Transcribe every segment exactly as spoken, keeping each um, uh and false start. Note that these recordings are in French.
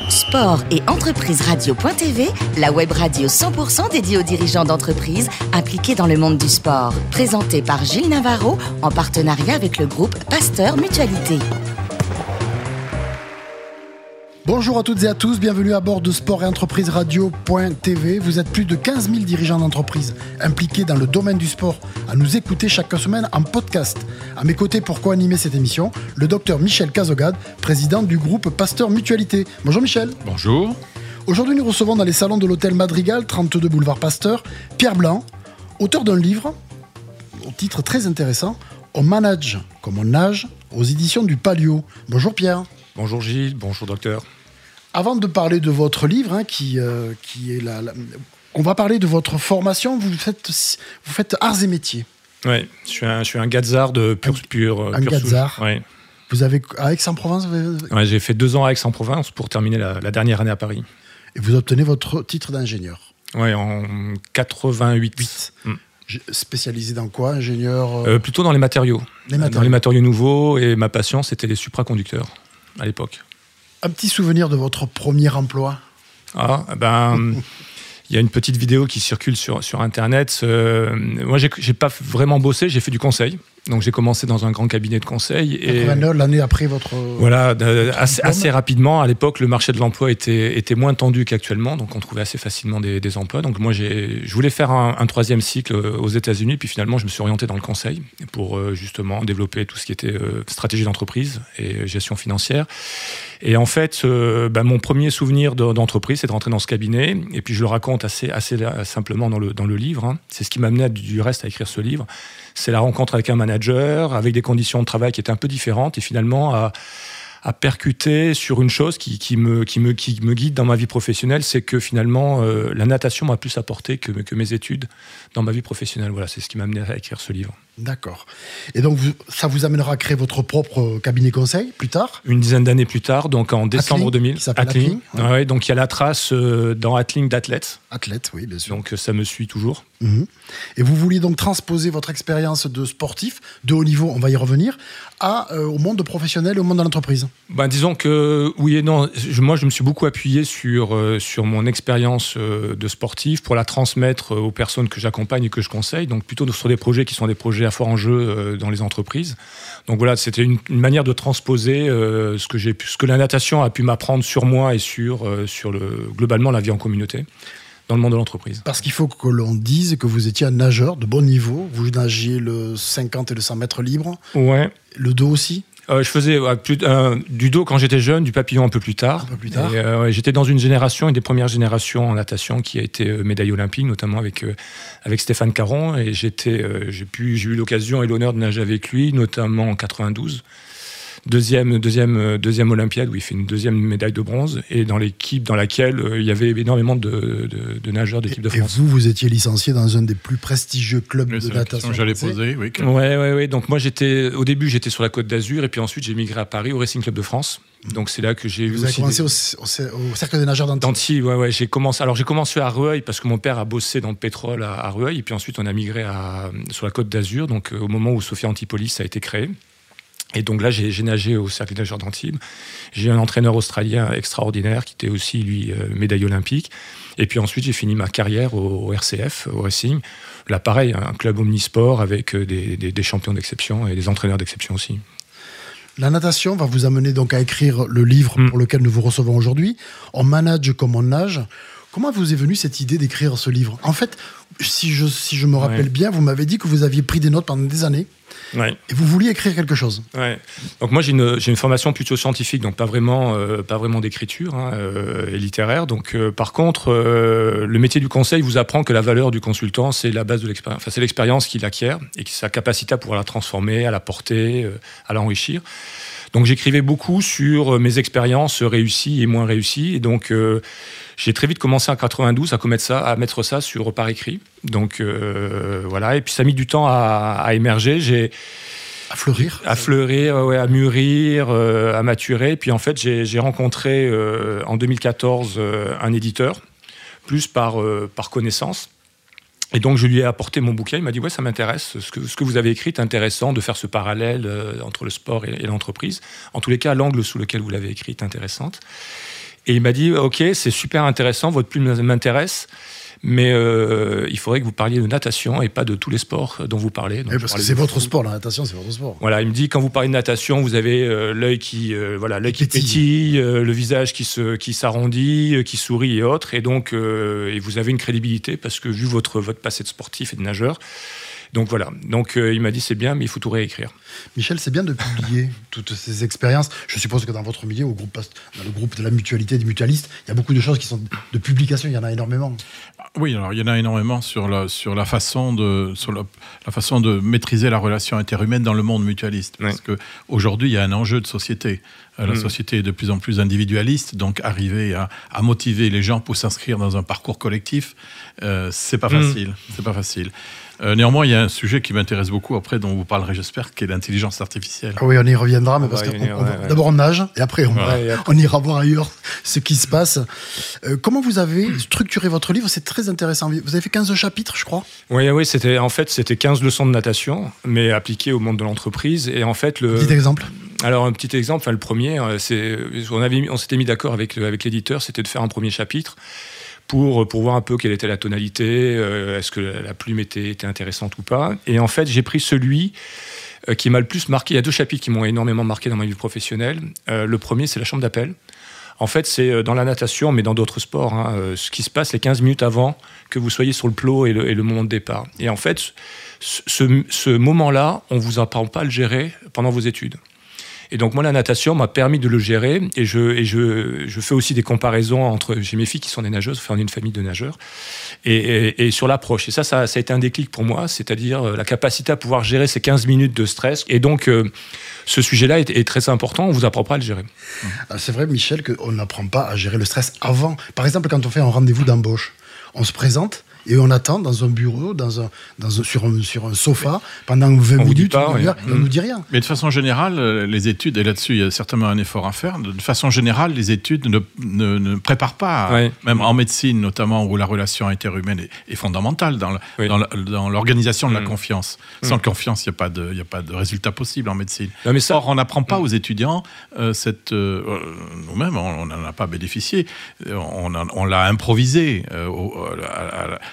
Sport et entreprise radio.tv, la web radio cent pour cent dédiée aux dirigeants d'entreprises impliqués dans le monde du sport. Présentée par Gilles Navarro en partenariat avec le groupe Pasteur Mutualité. Bonjour à toutes et à tous, bienvenue à bord de Sport et entreprise radio.tv. Vous êtes plus de quinze mille dirigeants d'entreprises impliqués dans le domaine du sport à nous écouter chaque semaine en podcast. À mes côtés pour co-animer cette émission, le docteur Michel Cazogade, président du groupe Pasteur Mutualité. Bonjour Michel. Bonjour. Aujourd'hui nous recevons dans les salons de l'hôtel Madrigal, trente-deux boulevard Pasteur, Pierre Blanc, auteur d'un livre au titre très intéressant, « On manage comme on nage » aux éditions du Palio. Bonjour Pierre. Bonjour Gilles, bonjour docteur. Avant de parler de votre livre, hein, qui, euh, qui est la, la... on va parler de votre formation. Vous faites, vous faites arts et métiers. Oui, je suis un, je suis un gazard de pur, pur, un pur gazard. Ouais. Vous avez à Aix-en-Provence. Vous avez... Ouais, j'ai fait deux ans à Aix-en-Provence pour terminer la, la dernière année à Paris. Et vous obtenez votre titre d'ingénieur. Oui, en quatre-vingt-huit. Mm. Spécialisé dans quoi, ingénieur euh, Plutôt dans les matériaux. les matériaux. Dans les matériaux nouveaux, et ma passion, c'était les supraconducteurs à l'époque. Un petit souvenir de votre premier emploi ? Ah, ben, il y a une petite vidéo qui circule sur, sur Internet. Euh, moi, j'ai, j'ai pas vraiment bossé, j'ai fait du conseil. Donc, j'ai commencé dans un grand cabinet de conseil. Et quatre-vingt-neuf, l'année après votre... Voilà, de, assez, assez rapidement. À l'époque, le marché de l'emploi était, était moins tendu qu'actuellement. Donc, on trouvait assez facilement des, des emplois. Donc, moi, j'ai, je voulais faire un, un troisième cycle aux États-Unis. Puis, finalement, je me suis orienté dans le conseil pour euh, justement développer tout ce qui était euh, stratégie d'entreprise et gestion financière. Et en fait, euh, bah, mon premier souvenir de, d'entreprise, c'est de rentrer dans ce cabinet. Et puis, je le raconte assez, assez simplement dans le, dans le livre. Hein. C'est ce qui m'a amené du reste à écrire ce livre. C'est la rencontre avec un manager, avec des conditions de travail qui étaient un peu différentes, et finalement à, à percuter sur une chose qui, qui, me, qui, me, qui me guide dans ma vie professionnelle, c'est que finalement euh, la natation m'a plus apporté que, que mes études dans ma vie professionnelle. Voilà, c'est ce qui m'a amené à écrire ce livre. D'accord. Et donc, vous, ça vous amènera à créer votre propre cabinet conseil plus tard ? Une dizaine d'années plus tard, donc en décembre deux mille. Qui s'appelle Atling. Ouais. Ouais, donc il y a la trace euh, dans Atling d'athlète. Athlète, oui, bien sûr. Donc ça me suit toujours. Mmh. Et vous vouliez donc transposer votre expérience de sportif, de haut niveau, on va y revenir, à, euh, au monde professionnel et au monde de l'entreprise. Ben, disons que oui et non. Je, moi, je me suis beaucoup appuyé sur, euh, sur mon expérience euh, de sportif pour la transmettre euh, aux personnes que j'accompagne et que je conseille. Donc plutôt sur des projets qui sont des projets à fort enjeu euh, dans les entreprises. Donc voilà, c'était une, une manière de transposer euh, ce, que j'ai pu, ce que la natation a pu m'apprendre sur moi et sur, euh, sur le, globalement la vie en communauté dans le monde de l'entreprise. Parce qu'il faut que l'on dise que vous étiez un nageur de bon niveau. Vous nagiez le cinquante et le cent mètres libre. Ouais. Le dos aussi. Euh, je faisais euh, plus, euh, du dos quand j'étais jeune, du papillon un peu plus tard. Un peu plus tard. Et, euh, ouais, j'étais dans une génération, une des premières générations en natation qui a été euh, médaille olympique, notamment avec, euh, avec Stéphane Caron. Et j'étais, euh, j'ai, pu, j'ai eu l'occasion et l'honneur de nager avec lui, notamment en quatre-vingt-douze. Deuxième, deuxième, deuxième Olympiade où il fait une deuxième médaille de bronze et dans l'équipe dans laquelle euh, il y avait énormément de, de, de nageurs d'équipe de France. Et vous, vous étiez licencié dans un des plus prestigieux clubs oui, de natation. Que j'allais poser, oui. Ouais, ouais, ouais. Donc moi, j'étais au début, j'étais sur la Côte d'Azur et puis ensuite j'ai migré à Paris au Racing Club de France. Donc c'est là que j'ai vous eu avez aussi commencé des... au, au cercle des nageurs d'Antibes. D'Antibes, ouais, ouais. J'ai commencé. Alors j'ai commencé à Rueil parce que mon père a bossé dans le pétrole à, à Rueil et puis ensuite on a migré à, sur la Côte d'Azur. Donc euh, au moment où Sophia Antipolis a été créée. Et donc là, j'ai, j'ai nagé au cercle des nageurs d'Antibes. J'ai eu un entraîneur australien extraordinaire qui était aussi, lui, euh, médaille olympique. Et puis ensuite, j'ai fini ma carrière au, au R C F, au Racing. Là, pareil, un club omnisport avec des, des, des champions d'exception et des entraîneurs d'exception aussi. La natation va vous amener donc à écrire le livre mmh. pour lequel nous vous recevons aujourd'hui. On manage comme on nage. Comment vous est venue cette idée d'écrire ce livre ? En fait, si je, si je me rappelle ouais. bien, vous m'avez dit que vous aviez pris des notes pendant des années. Ouais. Et vous vouliez écrire quelque chose. Ouais. Donc moi j'ai une, j'ai une formation plutôt scientifique, donc pas vraiment, euh, pas vraiment d'écriture hein, euh, et littéraire. Donc euh, par contre, euh, le métier du conseil vous apprend que la valeur du consultant c'est la base de l'expérience. Enfin c'est l'expérience qu'il acquiert et sa capacité à pouvoir la transformer, à la porter, euh, à l'enrichir. Donc j'écrivais beaucoup sur mes expériences réussies et moins réussies. Et donc euh, j'ai très vite commencé en quatre-vingt-douze à commettre ça, à mettre ça sur par écrit. Donc euh, voilà. Et puis ça a mis du temps à, à émerger. J'ai à fleurir, à fleurir, ouais, à mûrir, euh, à maturer. Et puis en fait j'ai, j'ai rencontré euh, en deux mille quatorze euh, un éditeur, plus par euh, par connaissance. Et donc, je lui ai apporté mon bouquin. Il m'a dit « Ouais, ça m'intéresse. Ce que, ce que vous avez écrit est intéressant de faire ce parallèle euh, entre le sport et, et l'entreprise. En tous les cas, l'angle sous lequel vous l'avez écrit est intéressante. » Et il m'a dit, ok, c'est super intéressant, votre plume m'intéresse, mais euh, il faudrait que vous parliez de natation et pas de tous les sports dont vous parlez. Donc, oui, parce que c'est votre sport, la natation, c'est votre sport. Voilà, il me dit, quand vous parlez de natation, vous avez euh, l'œil qui, euh, voilà, l'œil qui pétille, euh, le visage qui, se, qui s'arrondit, euh, qui sourit et autres, et donc euh, et vous avez une crédibilité, parce que vu votre, votre passé de sportif et de nageur, donc voilà, donc euh, il m'a dit c'est bien, mais il faut tout réécrire. Michel, c'est bien de publier toutes ces expériences. Je suppose que dans votre milieu, au groupe, dans le groupe de la mutualité des mutualistes, il y a beaucoup de choses qui sont de publication, il y en a énormément. Oui, alors il y en a énormément sur la, sur la, façon, de, sur la, la façon de maîtriser la relation interhumaine dans le monde mutualiste. Parce oui. qu'aujourd'hui, il y a un enjeu de société. La mmh. société est de plus en plus individualiste, donc arriver à, à motiver les gens pour s'inscrire dans un parcours collectif, euh, c'est pas facile. Mmh. C'est pas facile. Euh, néanmoins, il y a un sujet qui m'intéresse beaucoup, après, dont vous parlerez, j'espère, qui est l'intelligence artificielle. Ah oui, on y reviendra, mais on parce que ouais, ouais. d'abord on nage, et après on, ouais, va, on ira voir ailleurs ce qui se passe. Euh, comment vous avez structuré votre livre ? C'est très intéressant. Vous avez fait quinze chapitres, je crois ? Oui, oui, c'était, en fait, c'était quinze leçons de natation, mais appliquées au monde de l'entreprise. Et en fait, le... Petit exemple ? Alors, un petit exemple, enfin, le premier, c'est, on, avait, on s'était mis d'accord avec, avec l'éditeur, c'était de faire un premier chapitre pour, pour voir un peu quelle était la tonalité, euh, est-ce que la plume était, était intéressante ou pas. Et en fait, j'ai pris celui euh, qui m'a le plus marqué. Il y a deux chapitres qui m'ont énormément marqué dans ma vie professionnelle. Euh, le premier, c'est la chambre d'appel. En fait, c'est dans la natation, mais dans d'autres sports, hein, euh, ce qui se passe les quinze minutes avant que vous soyez sur le plot et le, et le moment de départ. Et en fait, ce, ce moment-là, on ne vous apprend pas à le gérer pendant vos études. Et donc, moi, la natation m'a permis de le gérer. Et je, et je, je fais aussi des comparaisons entre... J'ai mes filles qui sont des nageuses, enfin, on est une famille de nageurs. Et, et, et sur l'approche. Et ça, ça, ça a été un déclic pour moi, c'est-à-dire la capacité à pouvoir gérer ces quinze minutes de stress. Et donc, euh, ce sujet-là est, est très important. On ne vous apprend pas à le gérer. C'est vrai, Michel, qu'on n'apprend pas à gérer le stress avant. Par exemple, quand on fait un rendez-vous d'embauche, on se présente... Et on attend dans un bureau, dans un, dans un, sur, un, sur un sofa, pendant vingt on minutes, pas, ouais. on ne nous dit rien. Mais de façon générale, les études, et là-dessus, il y a certainement un effort à faire, de façon générale, les études ne, ne, ne préparent pas, ouais. même en médecine notamment, où la relation interhumaine est, est fondamentale dans, oui. dans, dans l'organisation de la mmh. confiance. Sans mmh. confiance, il n'y a pas de, il n'y a pas de résultat possible en médecine. Non, mais ça... Or, on n'apprend pas mmh. aux étudiants, euh, cette, euh, nous-mêmes, on n'en a pas bénéficié, on, a, on l'a improvisé euh, au, à, à,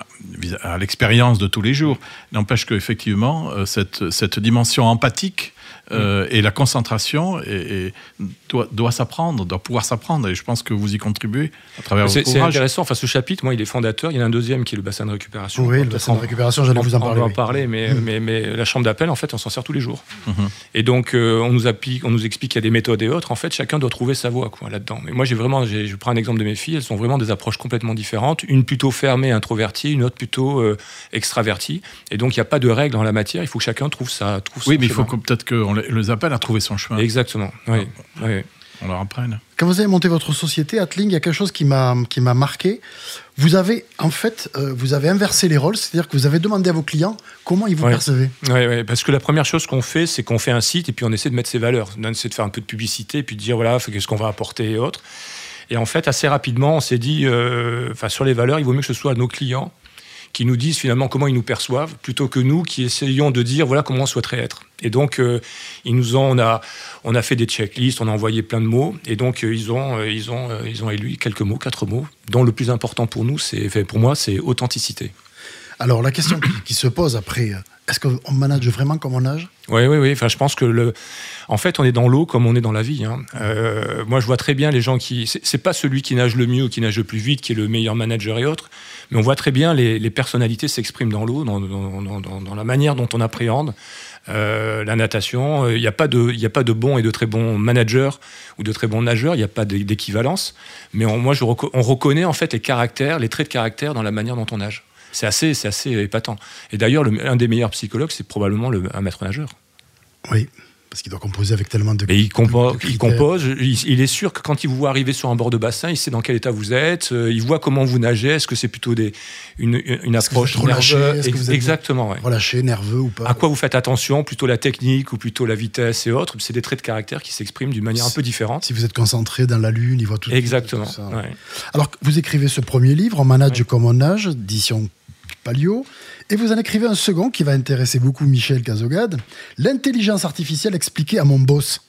à l'expérience de tous les jours. N'empêche qu'effectivement, cette, cette dimension empathique euh, et la concentration et, et doit, doit s'apprendre, doit pouvoir s'apprendre. Et je pense que vous y contribuez à travers c'est, votre c'est ouvrage. C'est intéressant. Enfin, ce chapitre, moi, il est fondateur. Il y en a un deuxième qui est le bassin de récupération. Oui, le bassin de récupération, j'allais vous en parler. On va en oui. parler, mais, mmh. mais, mais la chambre d'appel, en fait, on s'en sert tous les jours. Mmh. Et donc, euh, on, nous applique, on nous explique qu'il y a des méthodes et autres. En fait, chacun doit trouver sa voie quoi, là-dedans. Mais moi, j'ai vraiment, j'ai, je prends un exemple de mes filles. Elles sont vraiment des approches complètement différentes. Une plutôt fermée, introvertie, une autre plutôt euh, extravertie. Et donc, il n'y a pas de règles en la matière. Il faut que chacun trouve sa trouve Oui, mais chemin. il faut que, peut-être qu'on les appelle à trouver son chemin. Exactement, oui. Ah, oui. On leur apprenne. Quand vous avez monté votre société, Atling, il y a quelque chose qui m'a, qui m'a marqué. Vous avez, en fait, euh, vous avez inversé les rôles, c'est-à-dire que vous avez demandé à vos clients comment ils vous ouais. percevaient. Oui, ouais, parce que la première chose qu'on fait, c'est qu'on fait un site et puis on essaie de mettre ses valeurs. On essaie de faire un peu de publicité et puis de dire, voilà, qu'est-ce qu'on va apporter et autres. Et en fait, assez rapidement, on s'est dit, euh, sur les valeurs, il vaut mieux que ce soit nos clients qui nous disent finalement comment ils nous perçoivent, plutôt que nous qui essayons de dire voilà comment on souhaiterait être. Et donc, euh, ils nous ont, on a, on a fait des checklists, on a envoyé plein de mots, et donc euh, ils ont, euh, ils ont, euh, ils ont élu quelques mots, quatre mots, dont le plus important pour nous, c'est, enfin, pour moi, c'est authenticité. Alors la question qui, qui se pose après, est-ce qu'on manage vraiment comme on nage ? Oui, oui, oui. Enfin, je pense que le, en fait, on est dans l'eau comme on est dans la vie. Hein. Euh, moi, je vois très bien les gens qui, c'est, c'est pas celui qui nage le mieux ou qui nage le plus vite qui est le meilleur manager et autres, mais on voit très bien les, les personnalités s'expriment dans l'eau, dans, dans, dans, dans, dans la manière dont on appréhende euh, la natation. Il n'y a pas de, il n'y a pas de bons et de très bons managers ou de très bons nageurs. Il n'y a pas d'équivalence. Mais on, moi, je, on reconnaît en fait les caractères, les traits de caractère dans la manière dont on nage. C'est assez, c'est assez épatant. Et d'ailleurs, le, un des meilleurs psychologues, c'est probablement le, un maître nageur. Oui, parce qu'il doit composer avec tellement de. Et il, compo- de il compose. Il, il est sûr que quand il vous voit arriver sur un bord de bassin, il sait dans quel état vous êtes. Il voit comment vous nagez. Est-ce que c'est plutôt des, une, une approche nerveuse ? Ex- Exactement. Ouais. Relâché, nerveux ou pas ? À quoi vous faites attention ? Plutôt la technique ou plutôt la vitesse et autres. C'est des traits de caractère qui s'expriment d'une manière un peu différente. Si vous êtes concentré dans la lune, il voit tout. Exactement. Tout ça. Ouais. Alors vous écrivez ce premier livre, On manage ouais. comme on nage, édition Palio, et vous en écrivez un second qui va intéresser beaucoup Michel Cazogade, l'intelligence artificielle expliquée à mon boss.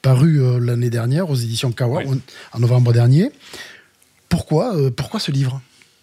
paru euh, l'année dernière aux éditions Kawa, oui. en novembre dernier. Pourquoi, euh, pourquoi ce livre ?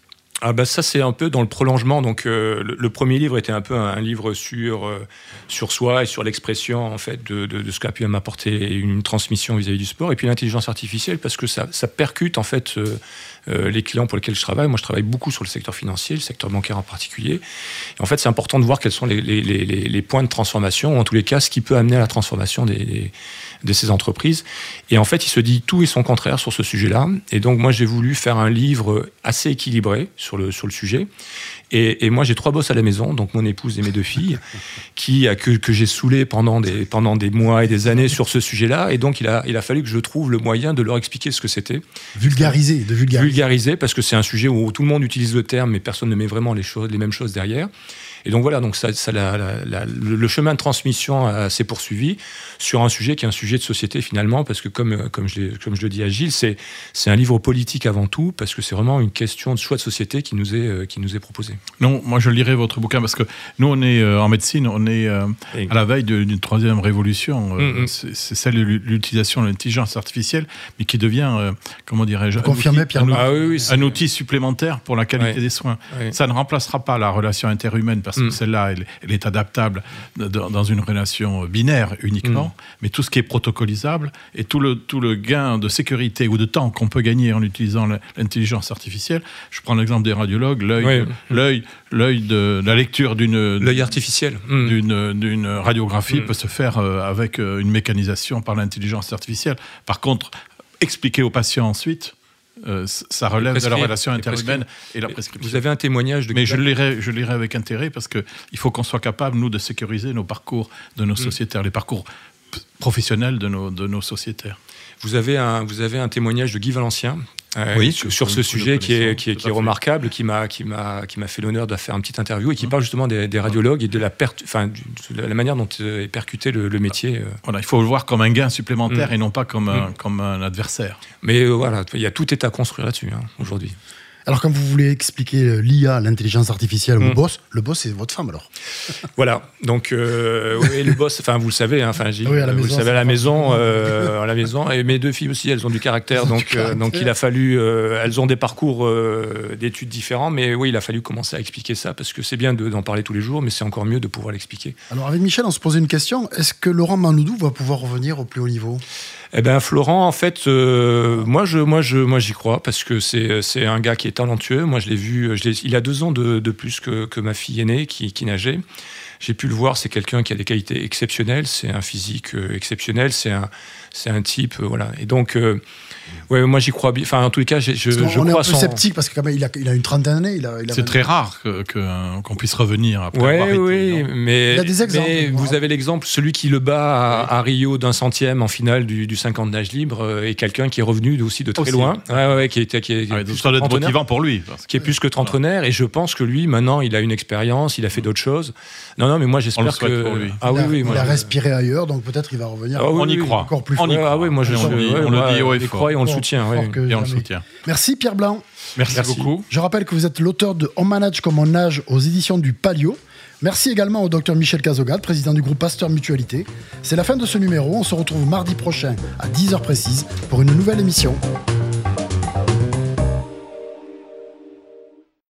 Ah bah ça c'est un peu dans le prolongement. Donc euh, le, le premier livre était un peu un, un livre sur euh, sur soi et sur l'expression en fait de, de, de ce qu'a pu m'apporter une transmission vis-à-vis du sport. Et puis l'intelligence artificielle parce que ça, ça percute en fait euh, euh, les clients pour lesquels je travaille. Moi je travaille beaucoup sur le secteur financier, le secteur bancaire en particulier. Et en fait c'est important de voir quels sont les, les, les, les points de transformation ou en tous les cas ce qui peut amener à la transformation des, des de ces entreprises. Et en fait, il se dit tout et son contraire sur ce sujet-là. Et donc, moi, j'ai voulu faire un livre assez équilibré sur le, sur le sujet. Et, et moi, j'ai trois bosses à la maison, donc mon épouse et mes deux filles, qui, que, que j'ai saoulées pendant des, pendant des mois et des années sur ce sujet-là. Et donc, il a, il a fallu que je trouve le moyen de leur expliquer ce que c'était. Vulgariser, de vulgariser. Vulgariser, parce que c'est un sujet où tout le monde utilise le terme, mais personne ne met vraiment les, choses, les mêmes choses derrière. Et donc voilà, donc ça, ça, la, la, la, le chemin de transmission euh, s'est poursuivi sur un sujet qui est un sujet de société finalement, parce que comme, comme, je, comme je le dis à Gilles, c'est, c'est un livre politique avant tout, parce que c'est vraiment une question de choix de société qui nous est, euh, qui nous est proposée. Non, moi je lirai votre bouquin, parce que nous on est euh, en médecine, on est euh, à la veille de, d'une troisième révolution, euh, mm-hmm. c'est, c'est celle de l'utilisation de l'intelligence artificielle, mais qui devient, euh, comment dirais-je, un, confirmé, outil, un, ah, oui, oui, un outil supplémentaire pour la qualité oui. des soins. Oui. Ça ne remplacera pas la relation interhumaine, parce que mmh. celle-là, elle, elle est adaptable de, de, dans une relation binaire uniquement, mmh. mais tout ce qui est protocolisable et tout le, tout le gain de sécurité ou de temps qu'on peut gagner en utilisant l'intelligence artificielle. Je prends l'exemple des radiologues, l'œil, oui. l'œil, l'œil de la lecture d'une, l'œil artificiel. Mmh. d'une, d'une radiographie mmh. peut se faire avec une mécanisation par l'intelligence artificielle. Par contre, expliquer aux patients ensuite, Euh, ça relève de la relation interhumaine et la prescription. Vous avez un témoignage de... Mais je le lirai, je lirai avec intérêt parce qu'il faut qu'on soit capable, nous, de sécuriser nos parcours de nos mmh. sociétaires, les parcours professionnels de nos, de nos sociétaires. Vous avez un, vous avez un témoignage de Guy Valencien euh, oui, sur, sur ce sujet qui est, qui est, qui est remarquable, qui m'a, qui, m'a, qui m'a fait l'honneur de faire une petite interview et qui mmh. parle justement des, des radiologues et de la, per, enfin, de la manière dont est percuté le, le métier. Voilà, il faut le voir comme un gain supplémentaire mmh. et non pas comme un, mmh. comme un adversaire. Mais euh, voilà, il y a tout est à construire là-dessus hein, aujourd'hui. Alors, quand vous voulez expliquer l'I A, l'intelligence artificielle mmh. au boss, le boss, c'est votre femme, alors. Voilà. Donc, euh, oui, le boss, enfin, vous le savez, hein, enfin, Gilles, oui, à la vous maison, le savez, à la maison, euh, à la maison. Et mes deux filles aussi, elles ont du caractère. Donc, du caractère. Euh, donc il a fallu, euh, elles ont des parcours euh, d'études différents. Mais oui, il a fallu commencer à expliquer ça parce que c'est bien de, d'en parler tous les jours, mais c'est encore mieux de pouvoir l'expliquer. Alors, avec Michel, on se posait une question. Est-ce que Laurent Manodou va pouvoir revenir au plus haut niveau ? Eh ben Florent, en fait, euh, moi je, moi je, moi j'y crois parce que c'est, c'est un gars qui est talentueux. Moi je l'ai vu, je l'ai, il a deux ans de, de plus que, que ma fille aînée qui, qui nageait. J'ai pu le voir, c'est quelqu'un qui a des qualités exceptionnelles, c'est un physique euh, exceptionnel, c'est un, c'est un type, euh, voilà. Et donc, euh, ouais, moi j'y crois bien. Enfin, en tous les cas, je, je, je on crois. On est un peu sceptique parce que quand même, il a, il a une trentaine d'années. Il a, il a c'est très rare que, que, qu'on puisse revenir après ouais, avoir oui, été. Oui, mais, il y a des exemples. Mais vous avez l'exemple, celui qui le bat à, oui. à Rio d'un centième en finale du, du cinquante nage libre euh, est quelqu'un qui est revenu aussi de très aussi. loin. Ouais, ouais, qui est, qui est, qui est ah, plus ça doit être motivant pour lui. Parce qui est plus que trentenaire. Et je pense que lui, maintenant, il a une expérience, il a fait d'autres choses. Non, non, mais moi j'espère que. Pour lui. Ah, il oui, a, oui, il moi, a respiré ailleurs, donc peut-être il va revenir. Ah, oui, on y oui, croit. Encore plus on y croit. Ah oui, moi je, on, je, dit, ouais, on le dit haut et fort. Croit et on le soutient. Fort, oui. Et on le soutient. Merci Pierre Blanc. Merci, Merci beaucoup. Je rappelle que vous êtes l'auteur de On manage comme on nage aux éditions du Palio. Merci également au docteur Michel Cazogade, président du groupe Pasteur Mutualité. C'est la fin de ce numéro. On se retrouve mardi prochain à dix heures précises pour une nouvelle émission.